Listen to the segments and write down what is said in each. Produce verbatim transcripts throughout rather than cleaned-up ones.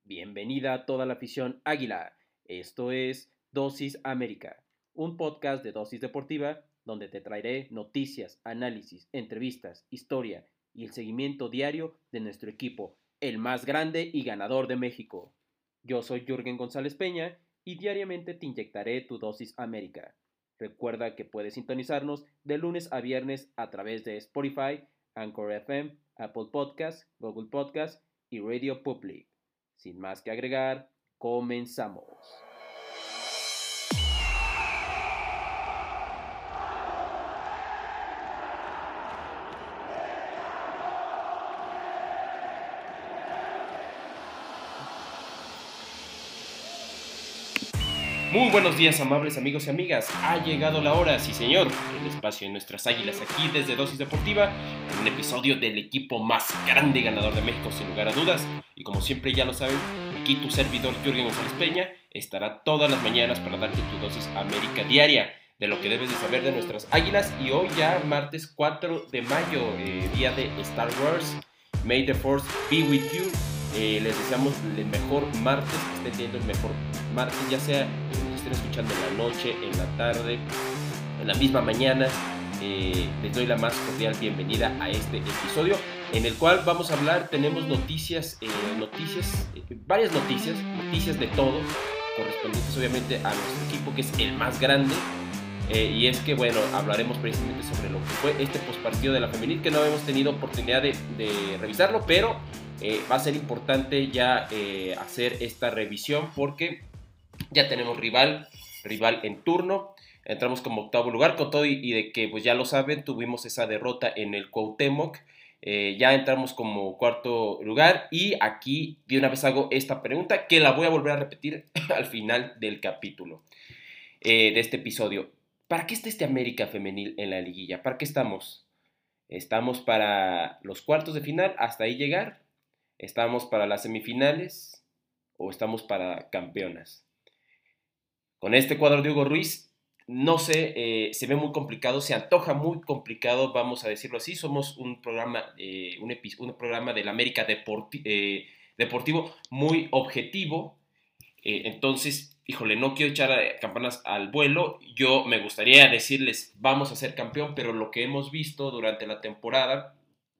Bienvenida a toda la afición Águila. Esto es Dosis América, un podcast de Dosis Deportiva donde te traeré noticias, análisis, entrevistas, historia y el seguimiento diario de nuestro equipo, el más grande y ganador de México. Yo soy Jürgen González Peña y diariamente te inyectaré tu Dosis América. Recuerda que puedes sintonizarnos de lunes a viernes a través de Spotify, Anchor F M, Apple Podcasts, Google Podcasts y Radio Public. Sin más que agregar, comenzamos. Muy buenos días, amables amigos y amigas. Ha llegado la hora, sí señor, el espacio de nuestras águilas aquí desde Dosis Deportiva, en un episodio del equipo más grande ganador de México sin lugar a dudas. Y como siempre ya lo saben, aquí tu servidor Jürgen González Peña estará todas las mañanas para darte tu dosis América diaria de lo que debes de saber de nuestras águilas. Y hoy ya martes cuatro de mayo, eh, día de Star Wars. May the Force be with you. Eh, les deseamos el mejor martes, que estén teniendo el mejor martes, ya sea que estén escuchando en la noche, en la tarde, en la misma mañana. Eh, les doy la más cordial bienvenida a este episodio en el cual vamos a hablar, tenemos noticias, eh, noticias, eh, varias noticias, noticias de todo, correspondientes obviamente a nuestro equipo que es el más grande. Eh, y es que, bueno, hablaremos precisamente sobre lo que fue este postpartido de la femenil, que no hemos tenido oportunidad de, de revisarlo, pero eh, va a ser importante ya eh, hacer esta revisión porque ya tenemos rival, rival en turno. Entramos como octavo lugar con todo y, y de que, pues ya lo saben, tuvimos esa derrota en el Cuauhtémoc. Eh, ya entramos como cuarto lugar y aquí de una vez hago esta pregunta que la voy a volver a repetir al final del capítulo, eh, de este episodio. ¿Para qué está este América femenil en la liguilla? ¿Para qué estamos? ¿Estamos para los cuartos de final, hasta ahí llegar? ¿Estamos para las semifinales? ¿O estamos para campeonas? Con este cuadro de Hugo Ruiz, no sé, eh, se ve muy complicado, se antoja muy complicado, vamos a decirlo así. Somos un programa, eh, un, epi- un programa del América Deporti- eh, Deportivo muy objetivo. Eh, entonces, híjole, no quiero echar eh, campanas al vuelo. Yo me gustaría decirles, vamos a ser campeón, pero lo que hemos visto durante la temporada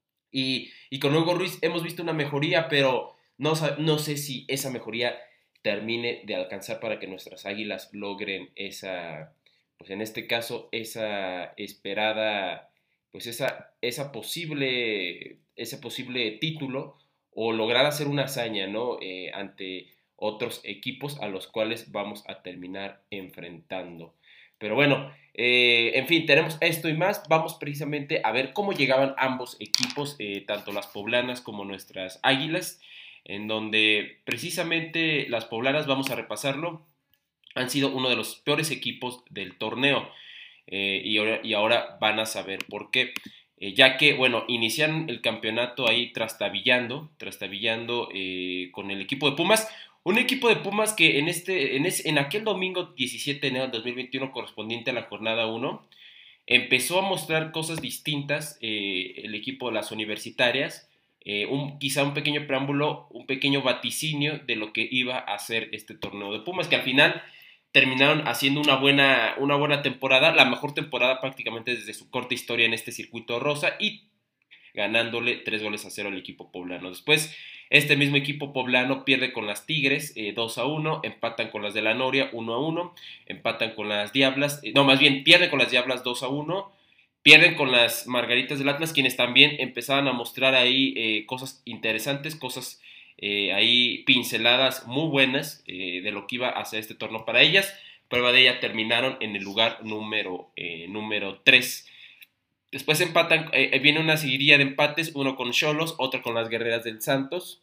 y, y con Hugo Ruiz hemos visto una mejoría, pero no, no sé si esa mejoría termine de alcanzar para que nuestras águilas logren esa, pues en este caso, esa esperada, pues esa, esa posible, ese posible título o lograr hacer una hazaña, ¿no? Eh, ante otros equipos a los cuales vamos a terminar enfrentando. Pero bueno, eh, en fin, tenemos esto y más. Vamos precisamente a ver cómo llegaban ambos equipos, eh, tanto las poblanas como nuestras águilas, en donde precisamente las poblanas, vamos a repasarlo, han sido uno de los peores equipos del torneo. Eh, y, ahora, y ahora van a saber por qué. Eh, ya que, bueno, iniciaron el campeonato ahí trastabillando, trastabillando eh, con el equipo de Pumas. Un equipo de Pumas que en, este, en, ese, en aquel domingo diecisiete de enero del dos mil veintiuno, correspondiente a la jornada uno, empezó a mostrar cosas distintas, eh, el equipo de las universitarias. Eh, un, quizá un pequeño preámbulo, un pequeño vaticinio de lo que iba a ser este torneo de Pumas, que al final terminaron haciendo una buena, una buena temporada, la mejor temporada prácticamente desde su corta historia en este circuito rosa, y ganándole tres goles a cero al equipo poblano. Después, este mismo equipo poblano pierde con las Tigres eh, dos a uno, empatan con las de la Noria uno a uno, empatan con las Diablas, eh, no, más bien pierden con las Diablas dos a uno, pierden con las Margaritas del Atlas, quienes también empezaban a mostrar ahí eh, cosas interesantes, cosas eh, ahí pinceladas muy buenas eh, de lo que iba a hacer este torneo para ellas. Prueba de ella, terminaron en el lugar número, eh, número tres. Después empatan, eh, viene una seguidilla de empates, uno con Xolos, otro con las Guerreras del Santos,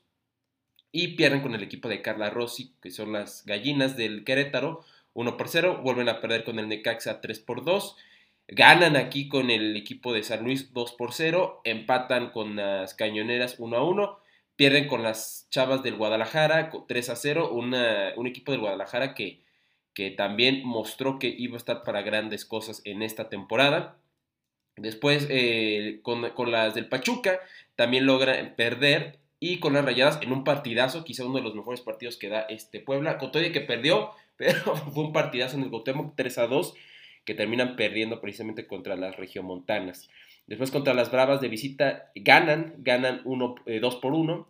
y pierden con el equipo de Carla Rossi, que son las Gallinas del Querétaro, uno por cero, vuelven a perder con el Necaxa tres por dos, ganan aquí con el equipo de San Luis dos por cero, empatan con las Cañoneras uno a uno, pierden con las Chavas del Guadalajara tres a cero, una, un equipo del Guadalajara que, que también mostró que iba a estar para grandes cosas en esta temporada. Después, eh, con, con las del Pachuca, también logran perder y con las Rayadas en un partidazo, quizá uno de los mejores partidos que da este Puebla, con todo y que perdió, pero fue un partidazo en el Cuauhtémoc, tres a dos, que terminan perdiendo precisamente contra las regiomontanas. Después contra las Bravas de visita ganan, ganan dos por uno,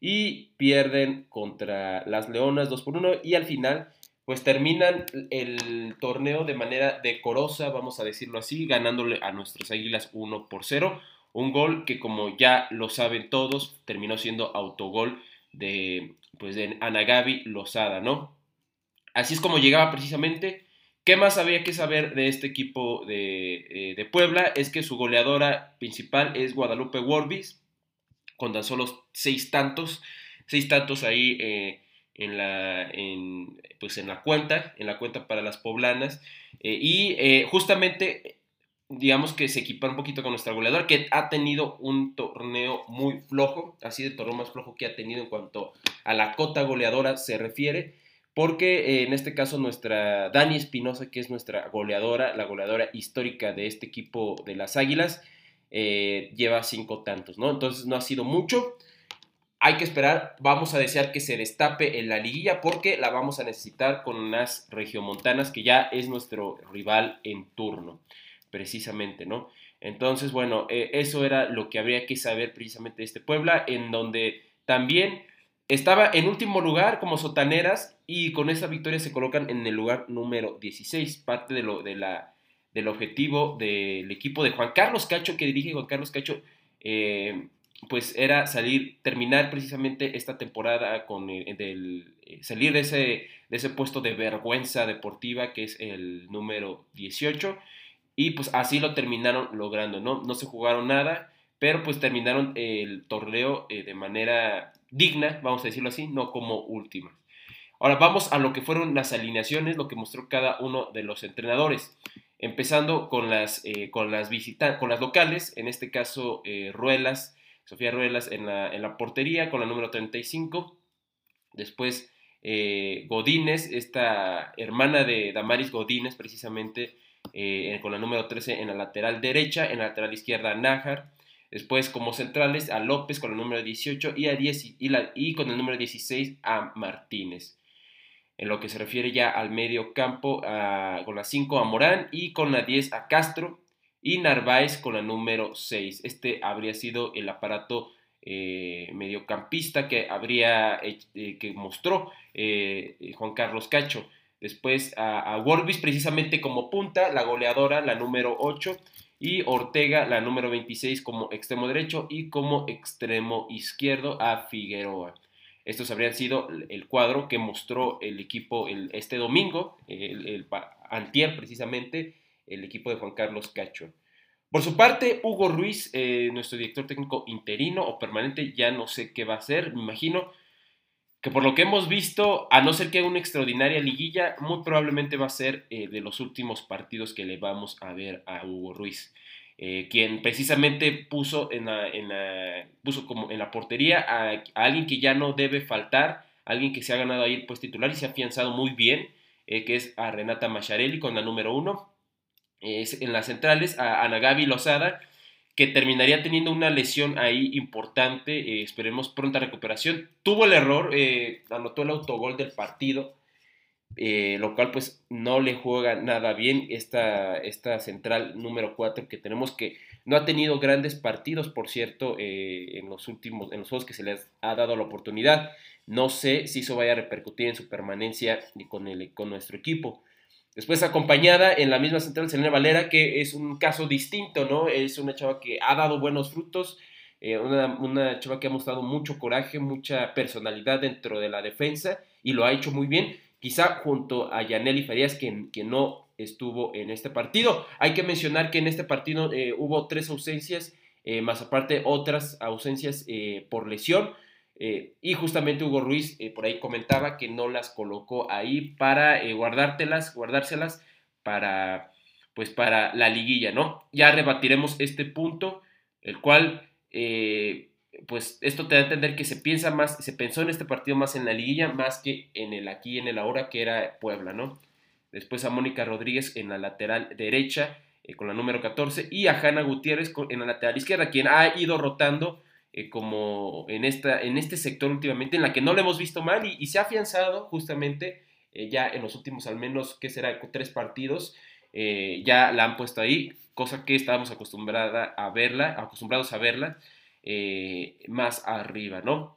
y pierden contra las Leonas dos por uno, y al final pues terminan el torneo de manera decorosa, vamos a decirlo así, ganándole a nuestras Águilas uno por cero. Un gol que, como ya lo saben todos, terminó siendo autogol de, pues, de Ana Gaby Lozada, ¿no? Así es como llegaba precisamente. ¿Qué más había que saber de este equipo de, eh, de Puebla? Es que su goleadora principal es Guadalupe Worbis, con tan solo seis tantos, seis tantos ahí eh, en, la, en, pues en la cuenta, en la cuenta para las poblanas. Eh, y eh, justamente digamos que se equipara un poquito con nuestra goleadora, que ha tenido un torneo muy flojo, así de torneo más flojo que ha tenido en cuanto a la cota goleadora se refiere, porque eh, en este caso nuestra Dani Espinosa, que es nuestra goleadora, la goleadora histórica de este equipo de las Águilas, eh, lleva cinco tantos, ¿no? Entonces no ha sido mucho. Hay que esperar, vamos a desear que se destape en la liguilla porque la vamos a necesitar con unas regiomontanas, que ya es nuestro rival en turno, precisamente, ¿no? Entonces, bueno, eh, eso era lo que habría que saber precisamente de este Puebla, en donde también estaba en último lugar como sotaneras, y con esa victoria se colocan en el lugar número dieciséis, parte de lo, de la, del objetivo del equipo de Juan Carlos Cacho, que dirige Juan Carlos Cacho, eh, pues era salir, terminar precisamente esta temporada con el, del, eh, salir de ese, de ese puesto de vergüenza deportiva que es el número dieciocho, y pues así lo terminaron logrando, ¿no? No se jugaron nada, pero pues terminaron el torneo eh, de manera digna, vamos a decirlo así, no como última. Ahora vamos a lo que fueron las alineaciones, lo que mostró cada uno de los entrenadores. Empezando con las, eh, con las, visita con las locales, en este caso eh, Ruelas, Sofía Ruelas en la, en la portería con la número treinta y cinco. Después eh, Godínez, esta hermana de Damaris Godínez precisamente, eh, con la número trece en la lateral derecha, en la lateral izquierda Nájar. Después como centrales a López con el número dieciocho y, a diez, y, la, y con el número dieciséis a Martínez. En lo que se refiere ya al medio campo, a, con la cinco a Morán y con la diez a Castro, y Narváez con la número seis. Este habría sido el aparato eh, mediocampista que habría eh, que mostró eh, Juan Carlos Cacho. Después a, a Worbis precisamente como punta, la goleadora, la número ocho, y Ortega, la número veintiséis, como extremo derecho, y como extremo izquierdo a Figueroa. Estos habrían sido el cuadro que mostró el equipo el, este domingo, el, el, antier precisamente, el equipo de Juan Carlos Cacho. Por su parte, Hugo Ruiz, eh, nuestro director técnico interino o permanente, ya no sé qué va a hacer, me imagino que por lo que hemos visto, a no ser que haga una extraordinaria liguilla, muy probablemente va a ser eh, de los últimos partidos que le vamos a ver a Hugo Ruiz. Eh, quien precisamente puso en la, en la, puso como en la portería a, a alguien que ya no debe faltar, alguien que se ha ganado ahí el puesto titular y se ha afianzado muy bien, eh, que es a Renata Macharelli con la número uno. Eh, en las centrales a Ana Gaby Lozada, que terminaría teniendo una lesión ahí importante, eh, esperemos pronta recuperación. Tuvo el error, eh, anotó el autogol del partido, Eh, lo cual pues no le juega nada bien esta, esta central número cuatro que tenemos, que no ha tenido grandes partidos, por cierto, eh, en los últimos, en los juegos que se les ha dado la oportunidad. No sé si eso vaya a repercutir en su permanencia con, el, con nuestro equipo. Después acompañada en la misma central Selena Valera, que es un caso distinto, ¿no? Es una chava que ha dado buenos frutos, eh, una, una chava que ha mostrado mucho coraje, mucha personalidad dentro de la defensa y lo ha hecho muy bien. Quizá junto a Yaneli Farías, quien, quien no estuvo en este partido. Hay que mencionar que en este partido eh, hubo tres ausencias, eh, más aparte otras ausencias eh, por lesión. Eh, y justamente Hugo Ruiz eh, por ahí comentaba que no las colocó ahí para eh, guardártelas, guardárselas para, pues para la liguilla, ¿no? Ya rebatiremos este punto, el cual... Eh, pues esto te da a entender que se piensa más, se pensó en este partido más en la liguilla, más que en el aquí y en el ahora, que era Puebla, ¿no? Después a Mónica Rodríguez en la lateral derecha, eh, con la número catorce, y a Hanna Gutiérrez con, en la lateral izquierda, quien ha ido rotando eh, como en, esta, en este sector últimamente, en la que no lo hemos visto mal y, y se ha afianzado justamente eh, ya en los últimos al menos, ¿qué será? Tres partidos, eh, ya la han puesto ahí, cosa que estábamos acostumbrada a verla, acostumbrados a verla eh, más arriba, ¿no?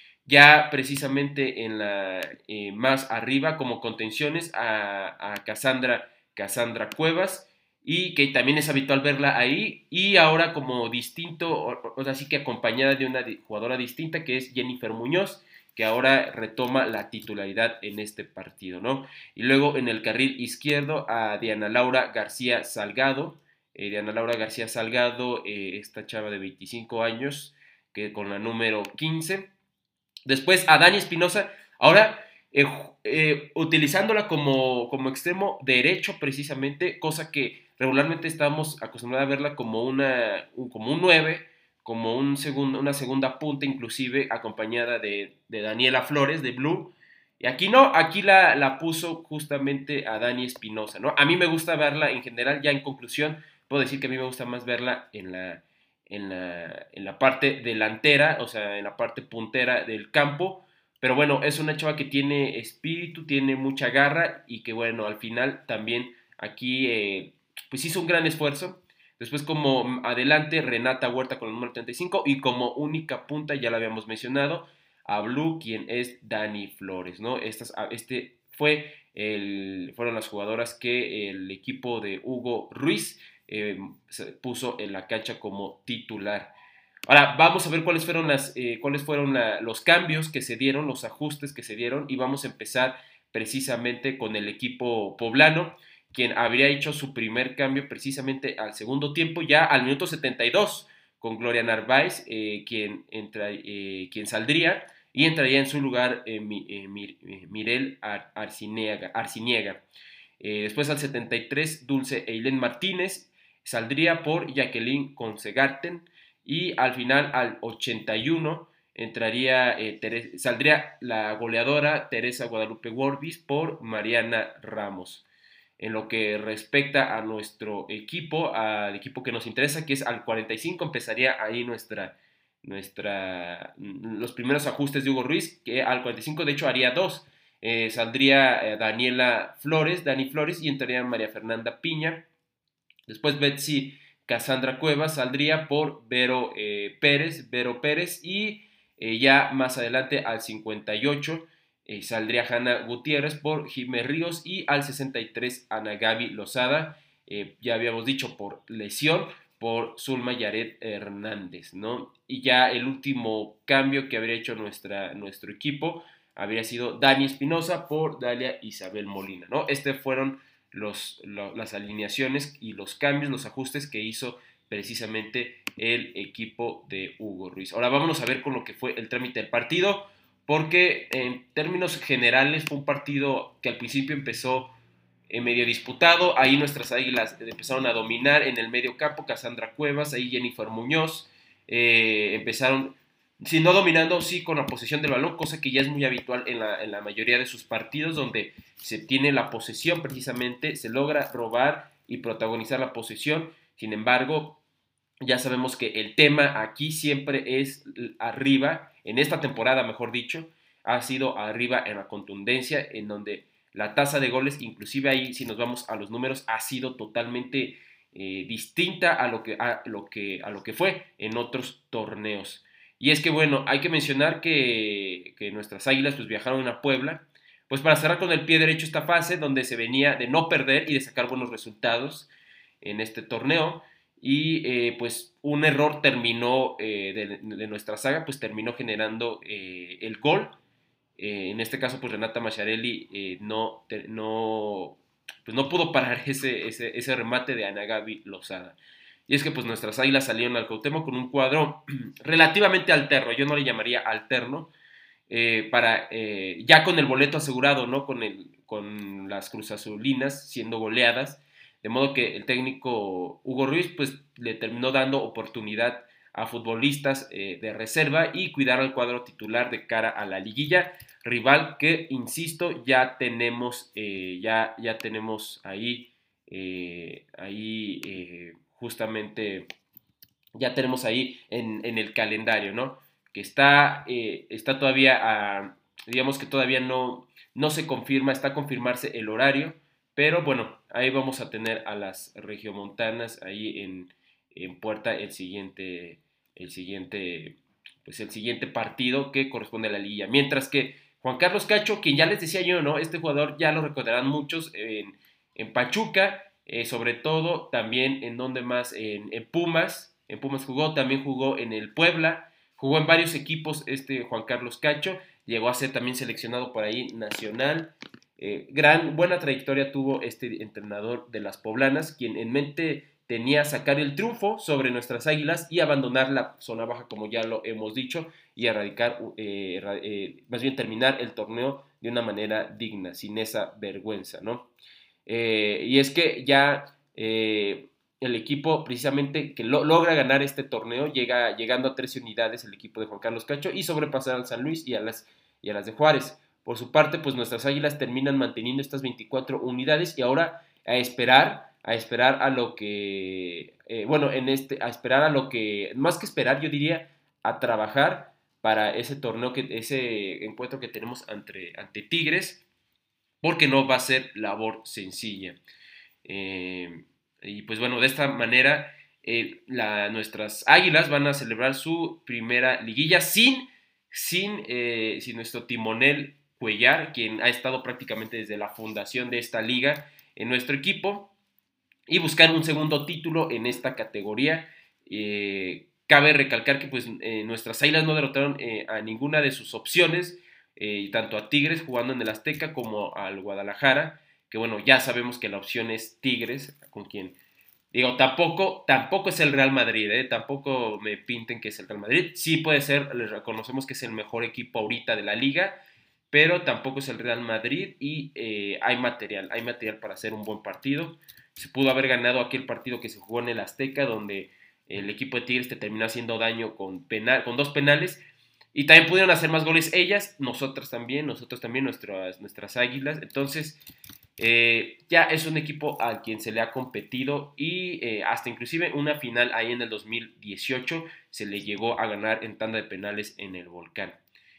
Ya precisamente en la eh, más arriba como contenciones a, a Cassandra, Cassandra Cuevas, y que también es habitual verla ahí, y ahora como distinto, o, o sea, así que acompañada de una jugadora distinta que es Jennifer Muñoz, que ahora retoma la titularidad en este partido, ¿no? Y luego en el carril izquierdo a Diana Laura García Salgado, eh, Diana Laura García Salgado, eh, esta chava de veinticinco años, que con la número quince. Después a Dani Espinosa, ahora eh, eh, utilizándola como, como extremo derecho precisamente, cosa que regularmente estamos acostumbrados a verla como, una, un, como un nueve, como un segundo, una segunda punta inclusive acompañada de, de Daniela Flores de Blue. Y aquí no, aquí la, la puso justamente a Dani Espinosa, ¿no? A mí me gusta verla en general, ya en conclusión, puedo decir que a mí me gusta más verla en la, en la, en la parte delantera, o sea, en la parte puntera del campo. Pero bueno, es una chava que tiene espíritu, tiene mucha garra y que bueno, al final también aquí eh, pues hizo un gran esfuerzo. Después como adelante Renata Huerta con el número treinta y cinco y como única punta, ya lo habíamos mencionado, a Blue, quien es Dani Flores, ¿no? Estas, este fue el, fueron las jugadoras que el equipo de Hugo Ruiz eh, se puso en la cancha como titular. Ahora vamos a ver cuáles fueron, las, eh, cuáles fueron la, los cambios que se dieron, los ajustes que se dieron y vamos a empezar precisamente con el equipo poblano, quien habría hecho su primer cambio precisamente al segundo tiempo, ya al minuto setenta y dos, con Gloria Narváez, eh, quien, entra, eh, quien saldría y entraría en su lugar eh, eh, Mirel Ar Arciniega. Arciniega. Eh, después al setenta y tres, Dulce Eileen Martínez saldría por Jacqueline Concegarten y al final al ochenta y uno entraría, eh, saldría la goleadora Teresa Guadalupe Worbis por Mariana Ramos. En lo que respecta a nuestro equipo, al equipo que nos interesa, que es al cuarenta y cinco, empezaría ahí nuestra, nuestra, los primeros ajustes de Hugo Ruiz, que al cuarenta y cinco de hecho haría dos. Eh, saldría eh, Daniela Flores, Dani Flores, y entraría María Fernanda Piña. Después Betsy Cassandra Cuevas saldría por Vero eh, Pérez, Vero Pérez, y eh, ya más adelante al cincuenta y ocho eh, saldría Hanna Gutiérrez por Jiménez Ríos y al sesenta y tres Ana Gaby Lozada, eh, ya habíamos dicho por lesión, por Zulma Yaret Hernández, ¿no? Y ya el último cambio que habría hecho nuestra, nuestro equipo habría sido Dani Espinosa por Dalia Isabel Molina, ¿no? Este fueron los, lo, las alineaciones y los cambios, los ajustes que hizo precisamente el equipo de Hugo Ruiz. Ahora vámonos a ver con lo que fue el trámite del partido, porque en términos generales fue un partido que al principio empezó eh, medio disputado, ahí nuestras águilas empezaron a dominar en el medio campo, Cassandra Cuevas, ahí Jennifer Muñoz, eh, empezaron, si no dominando, sí con la posesión del balón, cosa que ya es muy habitual en la, en la mayoría de sus partidos, donde se tiene la posesión precisamente, se logra robar y protagonizar la posesión. Sin embargo, ya sabemos que el tema aquí siempre es arriba, en esta temporada mejor dicho, ha sido arriba en la contundencia, en donde la tasa de goles, inclusive ahí si nos vamos a los números, ha sido totalmente eh, distinta a lo, que, a, lo que, a lo que fue en otros torneos. Y es que bueno, hay que mencionar que, que nuestras águilas pues viajaron a Puebla, pues para cerrar con el pie derecho esta fase donde se venía de no perder y de sacar buenos resultados en este torneo. Y eh, pues un error terminó eh, de, de, nuestra saga, pues terminó generando eh, el gol. Eh, en este caso, pues Renata Macharelli eh, no, te, no, pues no pudo parar ese, ese, ese remate de Ana Gaby Lozada. Y es que pues nuestras águilas salieron al Cuauhtémoc con un cuadro relativamente alterno, yo no le llamaría alterno, eh, para eh, ya con el boleto asegurado, ¿no? Con, el, con las cruzazulinas siendo goleadas, de modo que el técnico Hugo Ruiz pues le terminó dando oportunidad a futbolistas eh, de reserva y cuidar al cuadro titular de cara a la liguilla, rival que, insisto, ya tenemos, eh, ya, ya tenemos ahí, eh, ahí eh, justamente ya tenemos ahí en, en el calendario, ¿no? Que está, eh, está todavía, a, digamos que todavía no, no se confirma, está a confirmarse el horario, pero bueno, ahí vamos a tener a las regiomontanas ahí en, en puerta el siguiente, el siguiente, pues el siguiente partido que corresponde a la liguilla. Mientras que Juan Carlos Cacho, quien ya les decía yo, ¿no? Este jugador ya lo recordarán muchos en, en Pachuca, eh, sobre todo también en donde más, en, en Pumas, en Pumas jugó, también jugó en el Puebla, jugó en varios equipos este Juan Carlos Cacho, llegó a ser también seleccionado por ahí nacional, eh, gran, buena trayectoria tuvo este entrenador de las Poblanas, quien en mente tenía sacar el triunfo sobre nuestras Águilas y abandonar la zona baja, como ya lo hemos dicho, y erradicar, eh, eh, más bien terminar el torneo de una manera digna, sin esa vergüenza, ¿no? Eh, y es que ya eh, el equipo precisamente que lo, logra ganar este torneo, llega llegando a trece unidades el equipo de Juan Carlos Cacho y sobrepasar al San Luis y a las, y a las de Juárez. Por su parte, pues nuestras Águilas terminan manteniendo estas veinticuatro unidades y ahora a esperar, a esperar a lo que, eh, bueno, en este, a esperar a lo que, más que esperar, yo diría, a trabajar para ese torneo, que, ese encuentro que tenemos ante, ante Tigres, porque no va a ser labor sencilla. Eh, y pues bueno, de esta manera eh, la, nuestras Águilas van a celebrar su primera liguilla sin, sin, eh, sin nuestro timonel Cuellar, quien ha estado prácticamente desde la fundación de esta liga en nuestro equipo, y buscar un segundo título en esta categoría. Eh, cabe recalcar que pues, eh, nuestras Águilas no derrotaron eh, a ninguna de sus opciones, eh, tanto a Tigres jugando en el Azteca como al Guadalajara, que bueno, ya sabemos que la opción es Tigres, con quien, digo, tampoco, tampoco es el Real Madrid, ¿eh? Tampoco me pinten que es el Real Madrid, sí puede ser, les reconocemos que es el mejor equipo ahorita de la liga, pero tampoco es el Real Madrid y eh, hay material, hay material para hacer un buen partido. Se pudo haber ganado aquel partido que se jugó en el Azteca, donde el equipo de Tigres te terminó haciendo daño con, penal, con dos penales, y también pudieron hacer más goles ellas, nosotras también, nosotros también, nuestras, nuestras Águilas. Entonces, eh, ya es un equipo al quien se le ha competido y eh, hasta inclusive una final ahí en el dos mil dieciocho se le llegó a ganar en tanda de penales en el Volcán.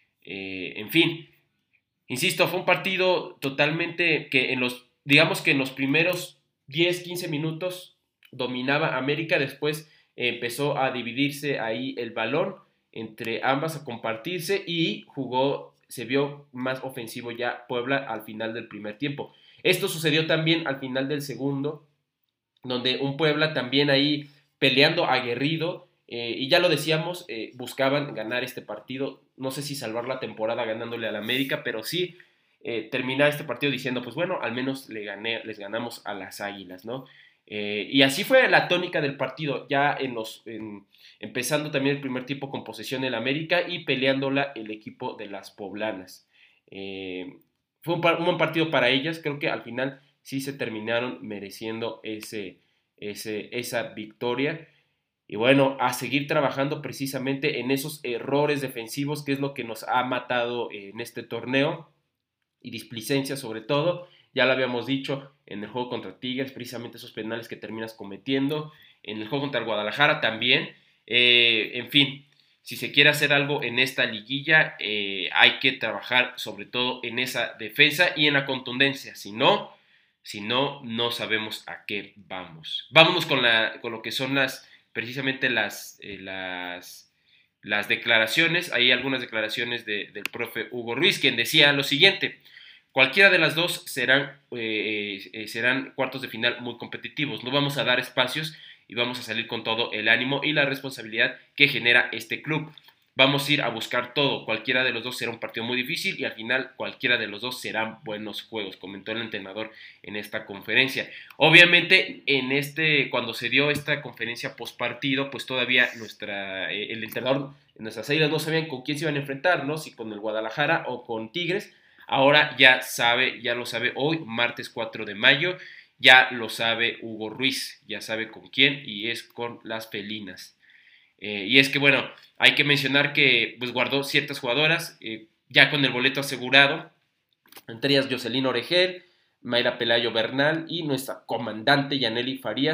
Eh, en fin, insisto, fue un partido totalmente que en los, digamos que en los primeros diez, quince minutos dominaba América, después eh, empezó a dividirse ahí el balón entre ambas, a compartirse y jugó, se vio más ofensivo ya Puebla al final del primer tiempo. Esto sucedió también al final del segundo, donde un Puebla también ahí peleando aguerrido, eh, y ya lo decíamos, eh, buscaban ganar este partido, no sé si salvar la temporada ganándole al América, pero sí eh, terminar este partido diciendo, pues bueno, al menos le gané, les ganamos a las Águilas, ¿no? Eh, y así fue la tónica del partido, ya en los, en, empezando también el primer tiempo con posesión el América y peleándola el equipo de las Poblanas. Eh, fue un, un buen partido para ellas, creo que al final sí se terminaron mereciendo ese, ese, esa victoria. Y bueno, a seguir trabajando precisamente en esos errores defensivos, que es lo que nos ha matado en este torneo, y displicencia sobre todo. Ya lo habíamos dicho en el juego contra Tigres, precisamente esos penales que terminas cometiendo. En el juego contra el Guadalajara también. Eh, en fin, si se quiere hacer algo en esta liguilla, eh, hay que trabajar sobre todo en esa defensa y en la contundencia. Si no, si no, no sabemos a qué vamos. Vámonos con, la, con lo que son las, precisamente las, eh, las, las declaraciones. Hay algunas declaraciones de, del profe Hugo Ruiz, quien decía lo siguiente: cualquiera de las dos serán, eh, eh, serán cuartos de final muy competitivos. No vamos a dar espacios y vamos a salir con todo el ánimo y la responsabilidad que genera este club. Vamos a ir a buscar todo. Cualquiera de los dos será un partido muy difícil y al final cualquiera de los dos serán buenos juegos, comentó el entrenador en esta conferencia. Obviamente, en este, cuando se dio esta conferencia post partido, pues todavía nuestra, eh, el entrenador, nuestras Águilas no sabían con quién se iban a enfrentar, ¿no? Si con el Guadalajara o con Tigres. Ahora ya sabe, ya lo sabe hoy, martes cuatro de mayo, ya lo sabe Hugo Ruiz, ya sabe con quién y es con las felinas. Eh, y es que, bueno, hay que mencionar que pues, guardó ciertas jugadoras eh, ya con el boleto asegurado, entre ellas Jocelyn Oregel, Mayra Pelayo Bernal y nuestra comandante Yaneli Farías,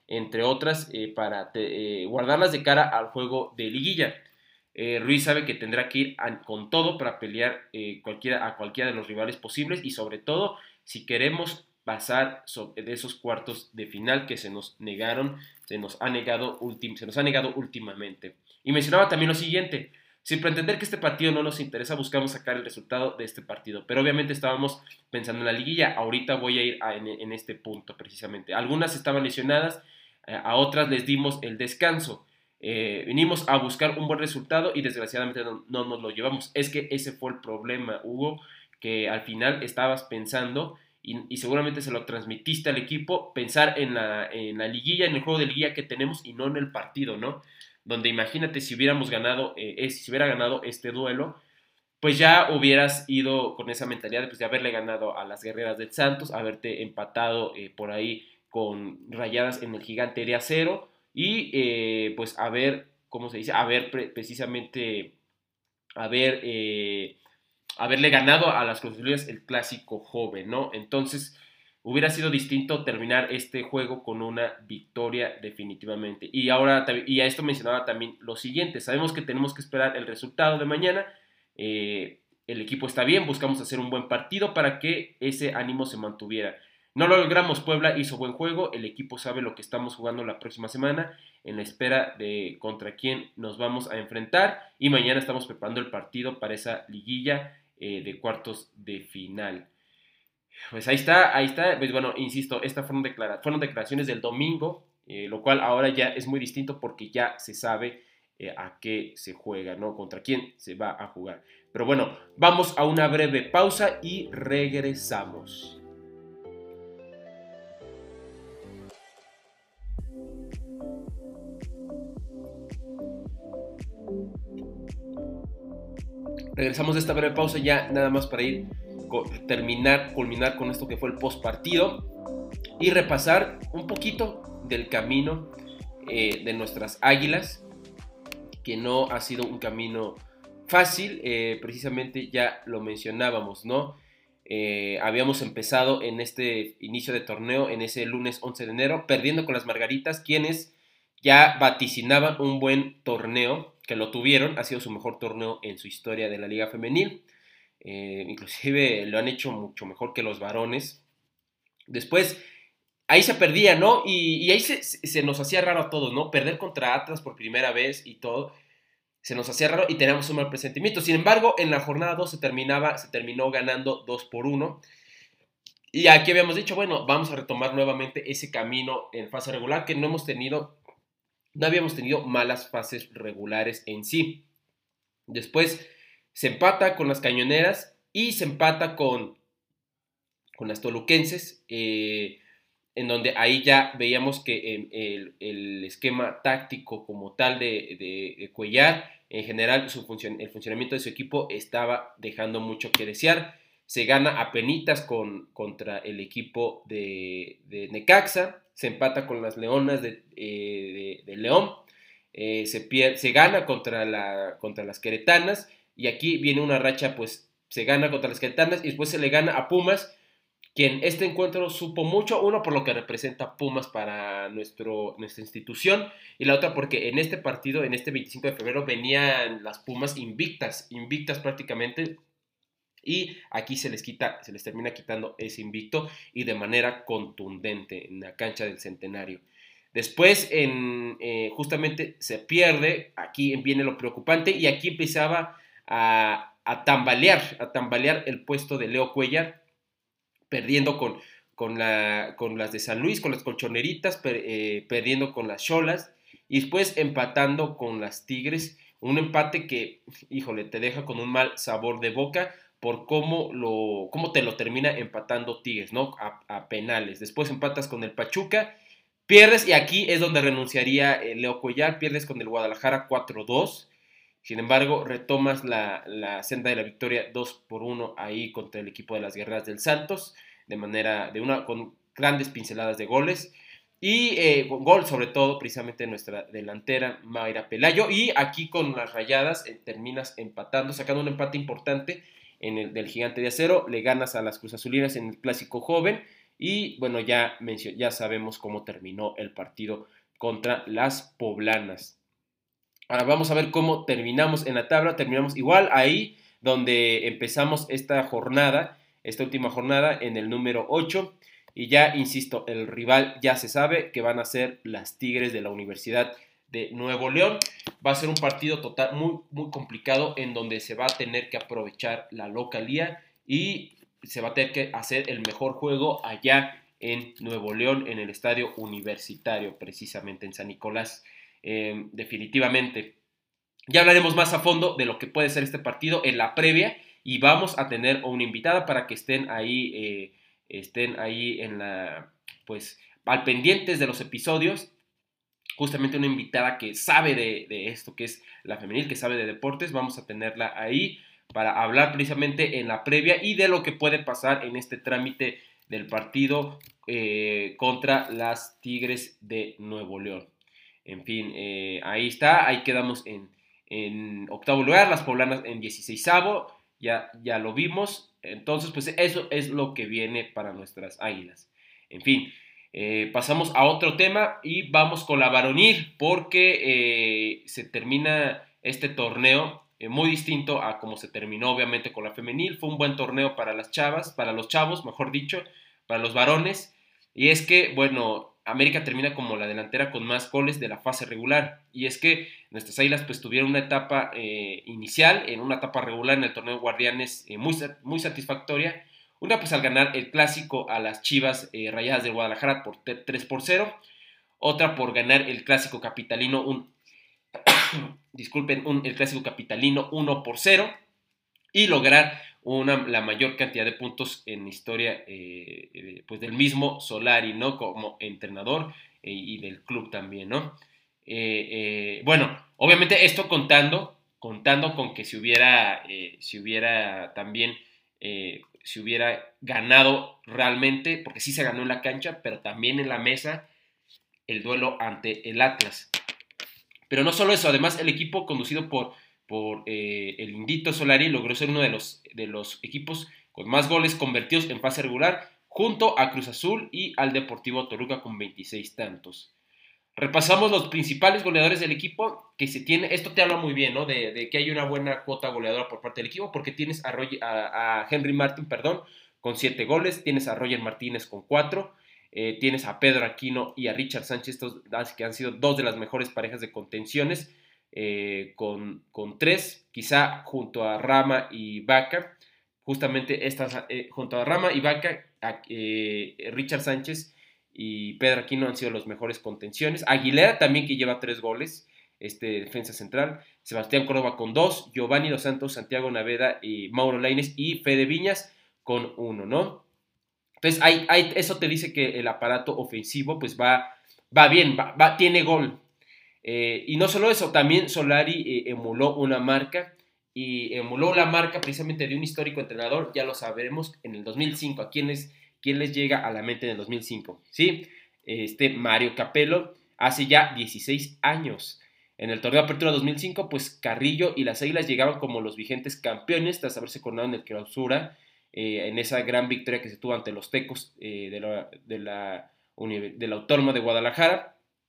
entre otras, eh, para te, eh, guardarlas de cara al juego de liguilla. Eh, Ruiz sabe que tendrá que ir a, con todo para pelear eh, cualquiera, a cualquiera de los rivales posibles y sobre todo si queremos pasar sobre de esos cuartos de final que se nos negaron, se nos ha negado, ultim, se nos ha negado últimamente. Y mencionaba también lo siguiente: sin pretender que este partido no nos interesa, buscamos sacar el resultado de este partido. Pero obviamente estábamos pensando en la liguilla. Ahorita voy a ir a, en, en este punto precisamente. Algunas estaban lesionadas, eh, a otras les dimos el descanso. Eh, vinimos a buscar un buen resultado y desgraciadamente no, no nos lo llevamos. Es que ese fue el problema, Hugo, que al final estabas pensando y, y seguramente se lo transmitiste al equipo, pensar en la, en la liguilla, en el juego de liguilla que tenemos y no en el partido, ¿no? Donde imagínate si hubiéramos ganado, eh, si hubiera ganado este duelo, pues ya hubieras ido con esa mentalidad de, pues, de haberle ganado a las Guerreras del Santos, haberte empatado eh, por ahí con Rayadas en el Gigante de Acero y eh, pues haber, ¿cómo se dice? Haber pre precisamente, haber, eh, haberle ganado a las Cruz Azulinas el clásico joven, ¿no? Entonces hubiera sido distinto terminar este juego con una victoria definitivamente. Y ahora, y a esto mencionaba también lo siguiente: sabemos que tenemos que esperar el resultado de mañana. Eh, el equipo está bien, buscamos hacer un buen partido para que ese ánimo se mantuviera. No lo logramos, Puebla hizo buen juego, el equipo sabe lo que estamos jugando la próxima semana, en la espera de contra quién nos vamos a enfrentar, y mañana estamos preparando el partido para esa liguilla eh, de cuartos de final. Pues ahí está, ahí está, pues bueno, insisto, estas fueron, declara fueron declaraciones del domingo, eh, lo cual ahora ya es muy distinto porque ya se sabe eh, a qué se juega, ¿no? Contra quién se va a jugar. Pero bueno, vamos a una breve pausa y regresamos. Regresamos de esta breve pausa ya nada más para ir terminar, culminar con esto que fue el post partido y repasar un poquito del camino eh, de nuestras Águilas, que no ha sido un camino fácil, eh, precisamente ya lo mencionábamos, ¿no? Eh, habíamos empezado en este inicio de torneo, en ese lunes once de enero, perdiendo con las Margaritas, quienes ya vaticinaban un buen torneo, que lo tuvieron, ha sido su mejor torneo en su historia de la Liga Femenil. Eh, inclusive lo han hecho mucho mejor que los varones. Después, ahí se perdía, ¿no? Y, y ahí se, se nos hacía raro a todos, ¿no? Perder contra Atlas por primera vez y todo, se nos hacía raro y teníamos un mal presentimiento. Sin embargo, en la jornada dos se, terminaba, se terminó ganando dos por uno. Y aquí habíamos dicho, bueno, vamos a retomar nuevamente ese camino en fase regular, que no hemos tenido, no habíamos tenido malas fases regulares en sí. Después se empata con las Cañoneras y se empata con, con las Toluquenses, eh, en donde ahí ya veíamos que eh, el, el esquema táctico como tal de, de, de Cuellar, en general su funcion, el funcionamiento de su equipo estaba dejando mucho que desear. Se gana a penitas con, contra el equipo de, de Necaxa, se empata con las Leonas de, eh, de, de León, eh, se, pierde, se gana contra, la, contra las Queretanas, y aquí viene una racha, pues se gana contra las Queretanas y después se le gana a Pumas, quien este encuentro supo mucho, uno por lo que representa Pumas para nuestro, nuestra institución, y la otra porque en este partido, en este veinticinco de febrero, venían las Pumas invictas, invictas prácticamente, y aquí se les quita, se les termina quitando ese invicto y de manera contundente en la cancha del Centenario. Después, en, eh, justamente se pierde, aquí viene lo preocupante y aquí empezaba a, a tambalear, a tambalear el puesto de Leo Cuellar, perdiendo con, con, la, con las de San Luis, con las colchoneritas, per, eh, perdiendo con las Xolas y después empatando con las Tigres, un empate que, híjole, te deja con un mal sabor de boca por cómo, lo, cómo te lo termina empatando Tigres, ¿no? A, a penales. Después empatas con el Pachuca, pierdes y aquí es donde renunciaría eh, Leo Cuellar, pierdes con el Guadalajara cuatro dos. Sin embargo, retomas la, la senda de la victoria dos por uno ahí contra el equipo de las Guerreras del Santos, de manera, de una, con grandes pinceladas de goles, y eh, con gol sobre todo precisamente nuestra delantera Mayra Pelayo, y aquí con las Rayadas eh, terminas empatando, sacando un empate importante en el del Gigante de Acero, le ganas a las Cruz Azulinas en el Clásico Joven, Y bueno, ya, ya sabemos cómo terminó el partido contra las poblanas. Ahora vamos a ver cómo terminamos en la tabla. Terminamos igual ahí donde empezamos esta jornada, esta última jornada en el número ocho. Y ya, insisto, el rival ya se sabe que van a ser las Tigres de la Universidad de Nuevo León. Va a ser un partido total muy, muy complicado en donde se va a tener que aprovechar la localía y se va a tener que hacer el mejor juego allá en Nuevo León, en el estadio universitario, precisamente en San Nicolás. Eh, definitivamente. Ya hablaremos más a fondo de lo que puede ser este partido en la previa y vamos a tener una invitada para que estén ahí, eh, estén ahí en la, pues, al pendientes de los episodios. Justamente una invitada que sabe de, de esto, que es la femenil, que sabe de deportes. Vamos a tenerla ahí para hablar precisamente en la previa y de lo que puede pasar en este trámite del partido eh, contra las Tigres de Nuevo León. En fin, eh, ahí está, ahí quedamos en, en octavo lugar, las poblanas en dieciseisavo, ya, ya lo vimos. Entonces, pues eso es lo que viene para nuestras águilas. En fin, eh, pasamos a otro tema y vamos con la varonil, porque eh, se termina este torneo eh, muy distinto a como se terminó obviamente con la femenil. Fue un buen torneo para las chavas, para los chavos, mejor dicho, para los varones. Y es que, bueno, América termina como la delantera con más goles de la fase regular. Y es que nuestras águilas pues tuvieron una etapa eh, inicial, en una etapa regular en el torneo Guardianes eh, muy, muy satisfactoria. Una pues al ganar el clásico a las Chivas eh, Rayadas de Guadalajara por tres por cero. Otra por ganar el clásico capitalino, un, disculpen, un, el clásico capitalino uno por cero. Y lograr una, la mayor cantidad de puntos en la historia eh, pues del mismo Solari, ¿no? Como entrenador eh, y del club también, ¿no? Eh, eh, bueno, obviamente esto contando, contando con que si hubiera, eh, si hubiera también, eh, si hubiera ganado realmente, porque sí se ganó en la cancha, pero también en la mesa, el duelo ante el Atlas. Pero no solo eso, además el equipo conducido por por eh, el Indito Solari logró ser uno de los, de los equipos con más goles convertidos en fase regular, junto a Cruz Azul y al Deportivo Toluca con veintiséis tantos. Repasamos los principales goleadores del equipo que se tiene. Esto te habla muy bien, ¿no? De, de que hay una buena cuota goleadora por parte del equipo, porque tienes a, Roger, a, a Henry Martin, perdón, con siete goles, tienes a Roger Martínez con cuatro, eh, tienes a Pedro Aquino y a Richard Sánchez, estos que han sido dos de las mejores parejas de contenciones. Eh, con, con tres, quizá junto a Rama y Vaca, justamente estas, eh, junto a Rama y Vaca, a, eh, Richard Sánchez y Pedro Aquino han sido los mejores contenciones. Aguilera también, que lleva tres goles, este defensa central. Sebastián Córdoba con dos, Giovanni Dos Santos, Santiago Naveda y Mauro Lainez y Fede Viñas con uno, ¿no? Entonces, hay, hay, eso te dice que el aparato ofensivo pues va, va bien, va, va, tiene gol. Eh, y no solo eso, también Solari eh, emuló una marca y emuló la marca precisamente de un histórico entrenador, ya lo sabremos, en el dos mil cinco. ¿A quién les, quién les llega a la mente en el dos mil cinco? ¿Sí? Este Mario Capello, hace ya dieciséis años. En el torneo de Apertura dos mil cinco, pues Carrillo y las Águilas llegaban como los vigentes campeones tras haberse coronado en el Clausura, eh, en esa gran victoria que se tuvo ante los Tecos eh, de, la, de, la, de la Autónoma de Guadalajara,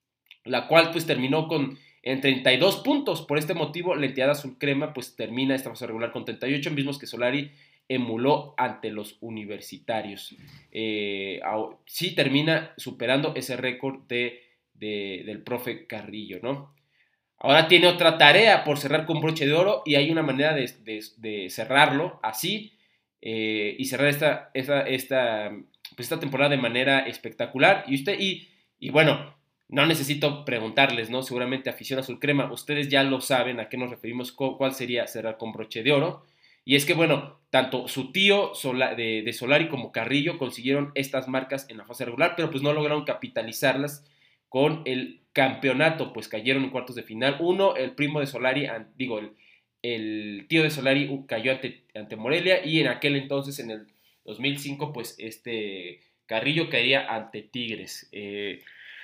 la cual pues terminó con en treinta y dos puntos. Por este motivo, la entidad azul crema pues termina esta fase regular con treinta y ocho, mismos que Solari emuló ante los universitarios. Eh, sí termina superando ese récord de, de, del profe Carrillo, ¿no? Ahora tiene otra tarea por cerrar con broche de oro y hay una manera de, de, de cerrarlo así eh, y cerrar esta, esta, esta, pues esta temporada de manera espectacular. Y usted, y, y bueno, no necesito preguntarles, ¿no? Seguramente afición azul crema, ustedes ya lo saben a qué nos referimos, cuál sería cerrar con broche de oro. Y es que, bueno, tanto su tío Sola, de, de Solari como Carrillo consiguieron estas marcas en la fase regular, pero pues no lograron capitalizarlas con el campeonato, pues cayeron en cuartos de final. Uno, el primo de Solari, digo, el, el tío de Solari cayó ante, ante Morelia, y en aquel entonces, en el dos mil cinco, pues este Carrillo caería ante Tigres. Eh,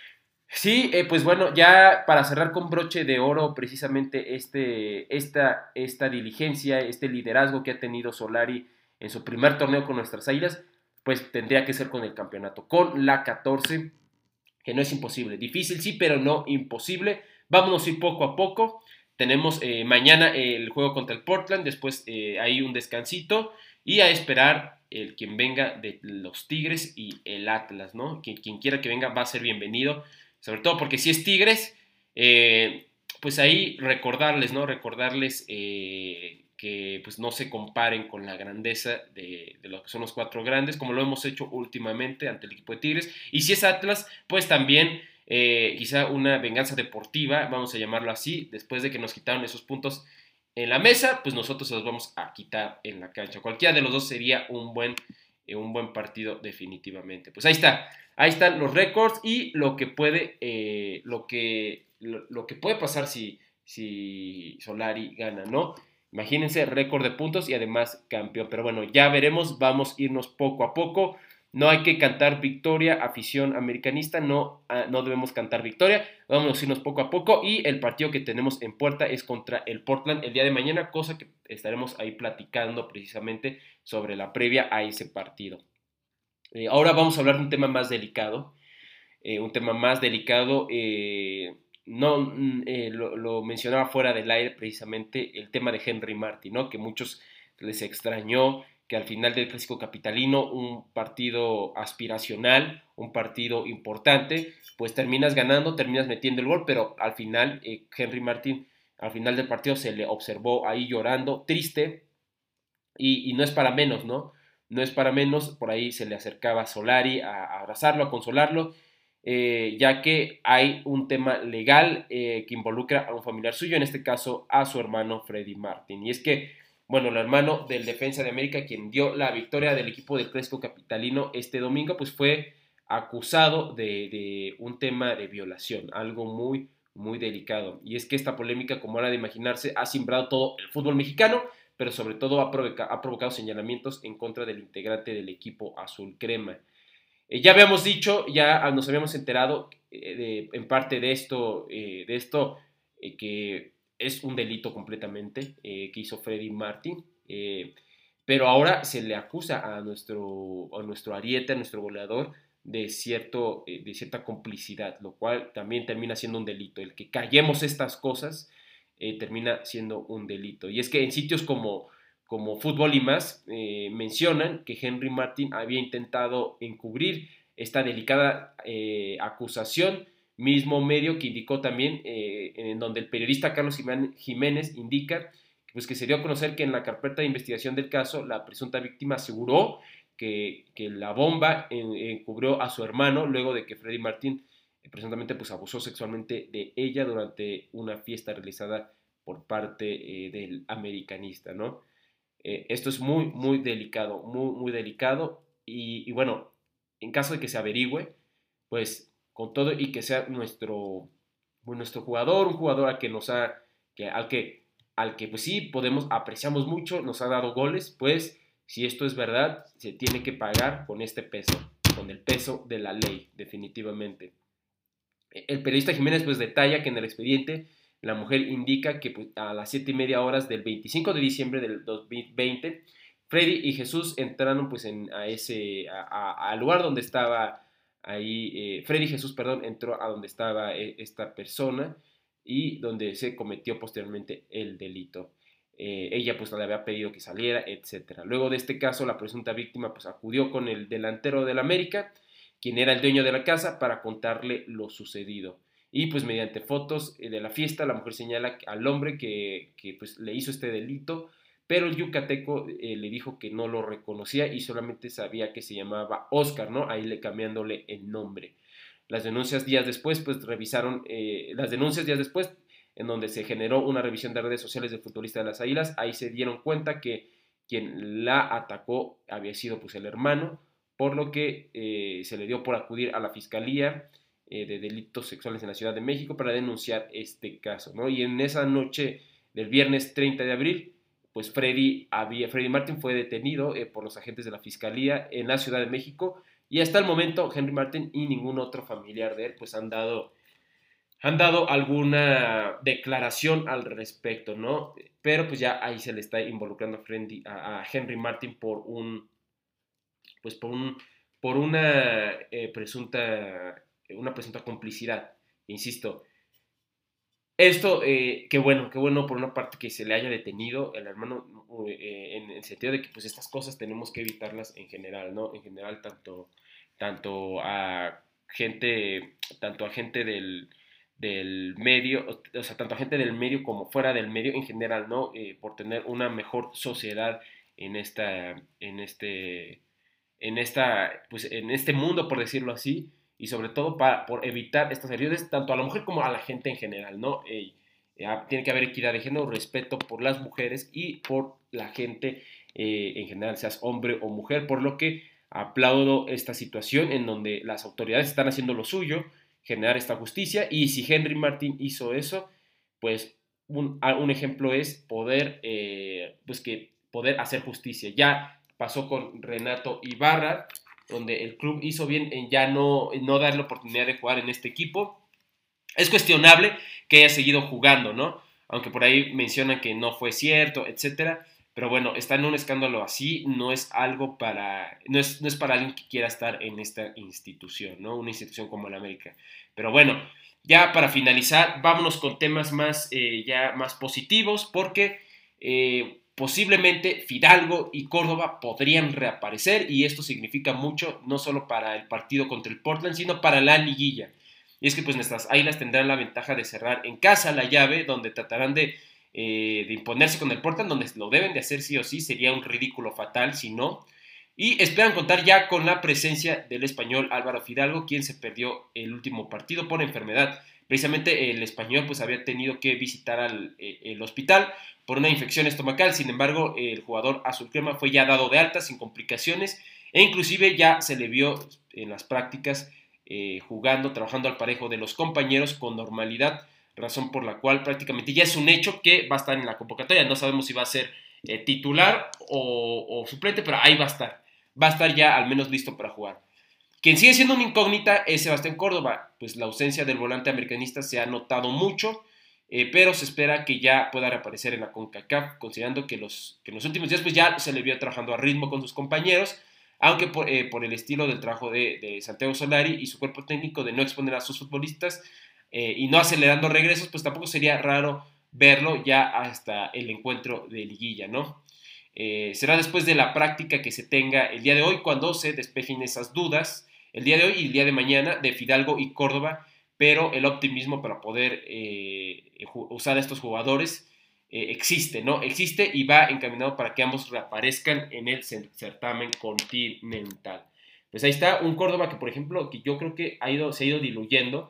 Sí, eh, pues bueno, ya para cerrar con broche de oro precisamente este, esta, esta diligencia, este liderazgo que ha tenido Solari en su primer torneo con nuestras Águilas, pues tendría que ser con el campeonato, con la catorce, que no es imposible, difícil sí, pero no imposible. Vámonos a ir poco a poco. Tenemos eh, mañana el juego contra el Portland, después eh, hay un descansito y a esperar el quien venga de los Tigres y el Atlas, ¿no? Quien, quien quiera que venga va a ser bienvenido, sobre todo porque si es Tigres, eh, pues ahí recordarles, ¿no? Recordarles eh, que pues no se comparen con la grandeza de, de lo que son los cuatro grandes, como lo hemos hecho últimamente ante el equipo de Tigres. Y si es Atlas, pues también eh, quizá una venganza deportiva, vamos a llamarlo así, después de que nos quitaron esos puntos en la mesa, pues nosotros se los vamos a quitar en la cancha. Cualquiera de los dos sería un buen, eh, un buen partido definitivamente. Pues ahí está, ahí están los récords y lo que puede, eh, lo que, lo, lo que puede pasar si, si Solari gana, ¿no? Imagínense, récord de puntos y además campeón. Pero bueno, ya veremos, vamos a irnos poco a poco. No hay que cantar victoria, afición americanista, no, uh, no debemos cantar victoria, vamos a irnos poco a poco y el partido que tenemos en puerta es contra el Portland el día de mañana, cosa que estaremos ahí platicando precisamente sobre la previa a ese partido. Eh, ahora vamos a hablar de un tema más delicado, eh, un tema más delicado, eh, no, eh, lo, lo mencionaba fuera del aire precisamente el tema de Henry Martin, ¿no? Que muchos les extrañó que al final del Clásico Capitalino, un partido aspiracional, un partido importante, pues terminas ganando, terminas metiendo el gol, pero al final eh, Henry Martin, al final del partido se le observó ahí llorando, triste, y, y no es para menos, ¿no? No es para menos, por ahí se le acercaba a Solari a, a abrazarlo, a consolarlo, eh, ya que hay un tema legal eh, que involucra a un familiar suyo, en este caso a su hermano Freddy Martin. Y es que, bueno, el hermano del Defensa de América, quien dio la victoria del equipo del Clásico Capitalino este domingo, pues fue acusado de, de un tema de violación, algo muy, muy delicado. Y es que esta polémica, como era de imaginarse, ha simbrado todo el fútbol mexicano, pero sobre todo ha, provoca, ha provocado señalamientos en contra del integrante del equipo azul crema. Eh, ya habíamos dicho, ya nos habíamos enterado eh, de, en parte de esto, eh, de esto eh, que es un delito completamente eh, que hizo Freddy Martin, eh, pero ahora se le acusa a nuestro, a nuestro ariete, a nuestro goleador, de, cierto, eh, de cierta complicidad, lo cual también termina siendo un delito. El que callemos estas cosas eh, termina siendo un delito. Y es que en sitios como como Fútbol y Más, eh, mencionan que Henry Martin había intentado encubrir esta delicada eh, acusación, mismo medio que indicó también, eh, en donde el periodista Carlos Jiménez indica pues, que se dio a conocer que en la carpeta de investigación del caso, la presunta víctima aseguró que, que la bomba en, encubrió a su hermano luego de que Freddy Martin eh, presuntamente pues, abusó sexualmente de ella durante una fiesta realizada por parte eh, del americanista, ¿no? Eh, esto es muy, muy delicado, muy, muy delicado. Y, y, bueno, en caso de que se averigüe, pues con todo y que sea nuestro, pues, nuestro jugador, un jugador al que nos ha, que, al que, al que pues sí podemos, apreciamos mucho, nos ha dado goles, pues si esto es verdad, se tiene que pagar con este peso, con el peso de la ley, definitivamente. El periodista Jiménez pues detalla que en el expediente la mujer indica que pues, a las siete y media horas del veinticinco de diciembre del dos mil veinte, Freddy y Jesús entraron pues en, a ese, al lugar donde estaba ahí, eh, Freddy Jesús, perdón, entró a donde estaba eh, esta persona y donde se cometió posteriormente el delito. Eh, ella pues le había pedido que saliera, etcétera. Luego de este caso, la presunta víctima pues acudió con el delantero del América, quien era el dueño de la casa, para contarle lo sucedido. Y pues mediante fotos de la fiesta, la mujer señala al hombre que, que pues, le hizo este delito, pero el yucateco eh, le dijo que no lo reconocía y solamente sabía que se llamaba Oscar, ¿no? Ahí le cambiándole el nombre. Las denuncias días después, pues revisaron, eh, las denuncias días después, en donde se generó una revisión de redes sociales del futbolista de las Águilas, ahí se dieron cuenta que quien la atacó había sido pues el hermano, por lo que eh, se le dio por acudir a la Fiscalía eh, de Delitos Sexuales en la Ciudad de México para denunciar este caso, ¿no? Y en esa noche del viernes treinta de abril, pues Freddy, había, Freddy Martin fue detenido eh, por los agentes de la Fiscalía en la Ciudad de México y hasta el momento Henry Martin y ningún otro familiar de él pues han dado, han dado alguna declaración al respecto, ¿no? Pero pues ya ahí se le está involucrando a, Freddy, a, a Henry Martin por un pues por, un, por una, eh, presunta, una presunta complicidad. Insisto, esto, eh, qué bueno, qué bueno por una parte que se le haya detenido el hermano, eh, en el sentido de que pues estas cosas tenemos que evitarlas en general, ¿no? En general, tanto, tanto a gente, tanto a gente del, del medio, o sea, tanto a gente del medio como fuera del medio en general, ¿no? Eh, por tener una mejor sociedad en esta, en este, en esta, pues en este mundo, por decirlo así, y sobre todo para, por evitar estas heridas, tanto a la mujer como a la gente en general, ¿no? Eh, eh, tiene que haber equidad de género, respeto por las mujeres y por la gente eh, en general, seas hombre o mujer, por lo que aplaudo esta situación en donde las autoridades están haciendo lo suyo, generar esta justicia, y si Henry Martin hizo eso, pues un, un ejemplo es poder, eh, pues que poder hacer justicia. Ya pasó con Renato Ibarra, donde el club hizo bien en ya no, no darle oportunidad de jugar en este equipo. Es cuestionable que haya seguido jugando, ¿no? Aunque por ahí mencionan que no fue cierto, etcétera. Pero bueno, estar en un escándalo así no es algo para, no es, no es para alguien que quiera estar en esta institución, ¿no? Una institución como el América. Pero bueno, ya para finalizar, vámonos con temas más, eh, ya más positivos, porque eh, posiblemente Fidalgo y Córdoba podrían reaparecer, y esto significa mucho, no solo para el partido contra el Portland, sino para la liguilla. Y es que pues nuestras águilas tendrán la ventaja de cerrar en casa la llave, donde tratarán de Eh, de imponerse con el Portland, donde lo deben de hacer sí o sí. Sería un ridículo fatal si no, y esperan contar ya con la presencia del español Álvaro Fidalgo, quien se perdió el último partido por enfermedad. Precisamente el español pues había tenido que visitar al, eh, el hospital por una infección estomacal. Sin embargo, el jugador azul crema fue ya dado de alta sin complicaciones, e inclusive ya se le vio en las prácticas eh, jugando, trabajando al parejo de los compañeros con normalidad, razón por la cual prácticamente ya es un hecho que va a estar en la convocatoria. No sabemos si va a ser eh, titular o, o suplente, pero ahí va a estar. Va a estar ya al menos listo para jugar. Quien sigue siendo una incógnita es Sebastián Córdoba, pues la ausencia del volante americanista se ha notado mucho, eh, pero se espera que ya pueda reaparecer en la CONCACAF, considerando que, los, que en los últimos días pues ya se le vio trabajando a ritmo con sus compañeros, aunque por, eh, por el estilo del trabajo de, de Santiago Solari y su cuerpo técnico de no exponer a sus futbolistas, Eh, y no acelerando regresos, pues tampoco sería raro verlo ya hasta el encuentro de liguilla, ¿no? Eh, será después de la práctica que se tenga el día de hoy cuando se despejen esas dudas, el día de hoy y el día de mañana, de Fidalgo y Córdoba, pero el optimismo para poder eh, usar a estos jugadores eh, existe, ¿no? Existe y va encaminado para que ambos reaparezcan en el certamen continental. Pues ahí está un Córdoba que, por ejemplo, que yo creo que ha ido, se ha ido diluyendo,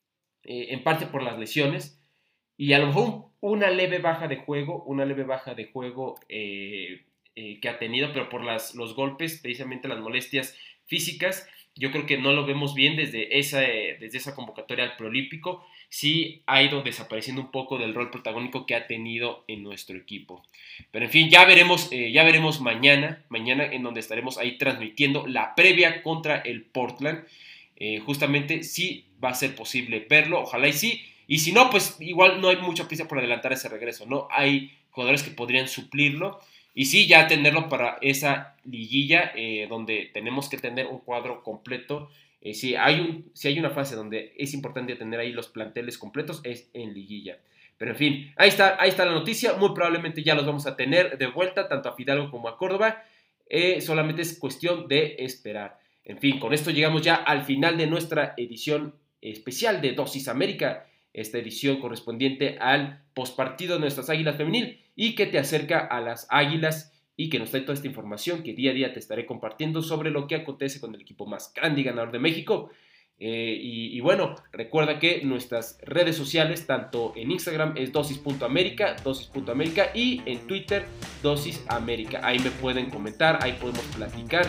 Eh, en parte por las lesiones, y a lo mejor una leve baja de juego, una leve baja de juego eh, eh, que ha tenido, pero por las, los golpes, precisamente las molestias físicas, yo creo que no lo vemos bien desde esa, eh, desde esa convocatoria al preolímpico. Sí ha ido desapareciendo un poco del rol protagónico que ha tenido en nuestro equipo. Pero en fin, ya veremos, eh, ya veremos mañana, mañana en donde estaremos ahí transmitiendo la previa contra el Portland. Eh, justamente sí va a ser posible verlo, ojalá y sí, y si no, pues igual no hay mucha prisa por adelantar ese regreso, ¿no? Hay jugadores que podrían suplirlo, y sí ya tenerlo para esa liguilla, eh, donde tenemos que tener un cuadro completo. Eh, si, hay un, si hay una fase donde es importante tener ahí los planteles completos, es en liguilla. Pero en fin, ahí está, ahí está la noticia. Muy probablemente ya los vamos a tener de vuelta, tanto a Fidalgo como a Córdoba. Eh, solamente es cuestión de esperar. En fin, con esto llegamos ya al final de nuestra edición especial de Dosis América, esta edición correspondiente al postpartido de nuestras Águilas Femenil, y que te acerca a las Águilas y que nos trae toda esta información que día a día te estaré compartiendo sobre lo que acontece con el equipo más grande y ganador de México. Eh, y, y bueno, recuerda que nuestras redes sociales, tanto en Instagram es dosis punto américa, dosis punto américa, y en Twitter Dosis América. Ahí me pueden comentar, ahí podemos platicar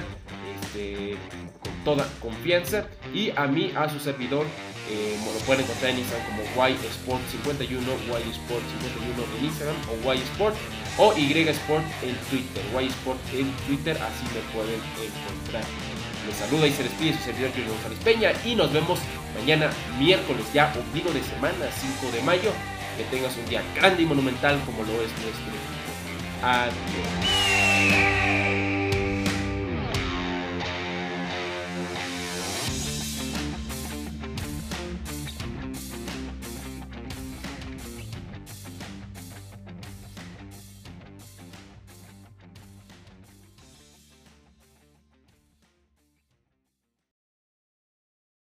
este, con toda confianza. Y a mí, a su servidor, eh, lo pueden encontrar en Instagram como Y Sport cincuenta y uno, Y Sport cincuenta y uno en Instagram, o Y Sport, o Y Sport en Twitter, Y Sport en Twitter, así me pueden encontrar. Les saluda y se despide su servidor Julio González Peña, y nos vemos mañana miércoles, ya ombligo de semana, cinco de mayo. Que tengas un día grande y monumental como lo es nuestro equipo. Adiós.